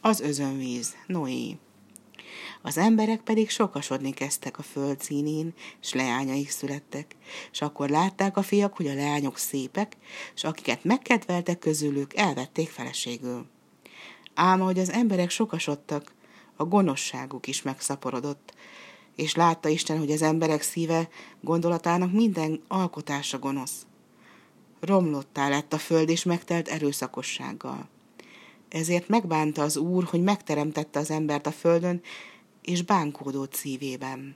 Az özönvíz, Noé. Az emberek pedig sokasodni kezdtek a föld színén, s leányaik születtek, s akkor látták a fiak, hogy a leányok szépek, s akiket megkedveltek közülük, elvették feleségül. Ám ahogy az emberek sokasodtak, a gonoszságuk is megszaporodott, és látta Isten, hogy az emberek szíve gondolatának minden alkotása gonosz. Romlottá lett a föld, és megtelt erőszakossággal. Ezért megbánta az Úr, hogy megteremtette az embert a földön, és bánkódott szívében.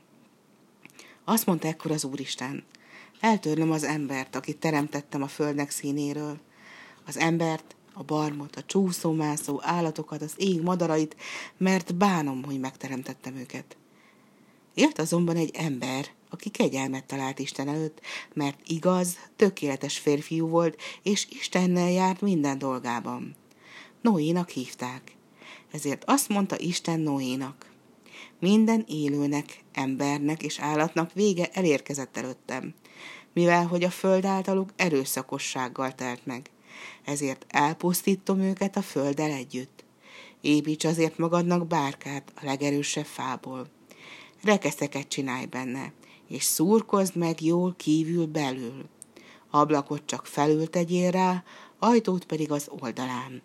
Azt mondta ekkor az Úristen: eltörlöm az embert, akit teremtettem a földnek színéről. Az embert, a barmot, a csúszómászó állatokat, az ég madarait, mert bánom, hogy megteremtettem őket. Élt azonban egy ember, aki kegyelmet talált Isten előtt, mert igaz, tökéletes férfiú volt, és Istennel járt minden dolgában. Noénak hívták. Ezért azt mondta Isten Noénak: minden élőnek, embernek és állatnak vége elérkezett előttem, mivel hogy a föld általuk erőszakossággal telt meg. Ezért elpusztítom őket a földdel együtt. Építs azért magadnak bárkát a legerősebb fából. Rekeszeket csinálj benne, és szurkozd meg jól kívül belül. Ablakot csak felül tegyél rá, ajtót pedig az oldalán.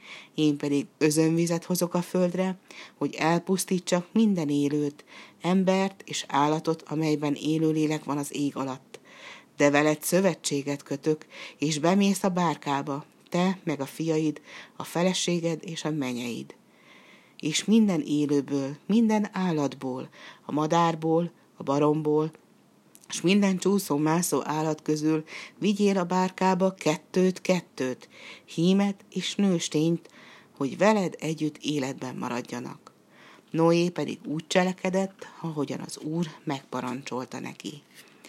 Én pedig özönvizet hozok a földre, hogy elpusztítsak minden élőt, embert és állatot, amelyben élőlélek van az ég alatt. De veled szövetséget kötök, és bemész a bárkába, te meg a fiaid, a feleséged és a menyeid. És minden élőből, minden állatból, a madárból, a baromból, és minden csúszó-mászó állat közül vigyél a bárkába kettőt, hímet és nőstényt, hogy veled együtt életben maradjanak. Noé pedig úgy cselekedett, ahogyan az Úr megparancsolta neki.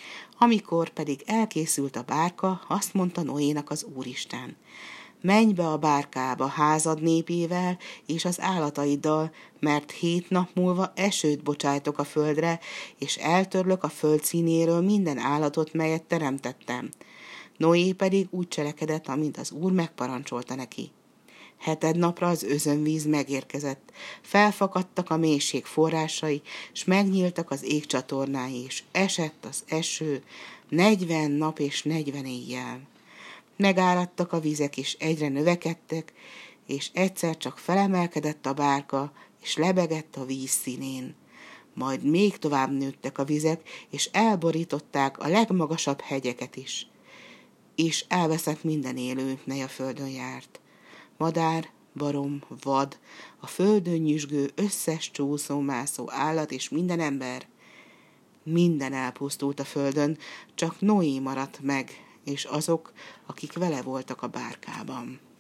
Amikor pedig elkészült a bárka, azt mondta Noénak az Úristen: menj be a bárkába házad népével és az állataiddal, mert 7 nap múlva esőt bocsájtok a földre, és eltörlök a föld színéről minden állatot, melyet teremtettem. Noé pedig úgy cselekedett, amint az Úr megparancsolta neki. 7. napra az özönvíz megérkezett, felfakadtak a mélység forrásai, s megnyíltak az ég csatornái, és esett az eső 40 nap és 40 éjjel. Megáradtak a vizek, és egyre növekedtek, és egyszer csak felemelkedett a bárka, és lebegett a víz színén. Majd még tovább nőttek a vizek, és elborították a legmagasabb hegyeket is. És elveszett minden élő, mely a földön járt. Madár, barom, vad, a földön nyüzsgő összes csúszó-mászó állat és minden ember. Minden elpusztult a földön, csak Noé maradt meg, és azok, akik vele voltak a bárkában.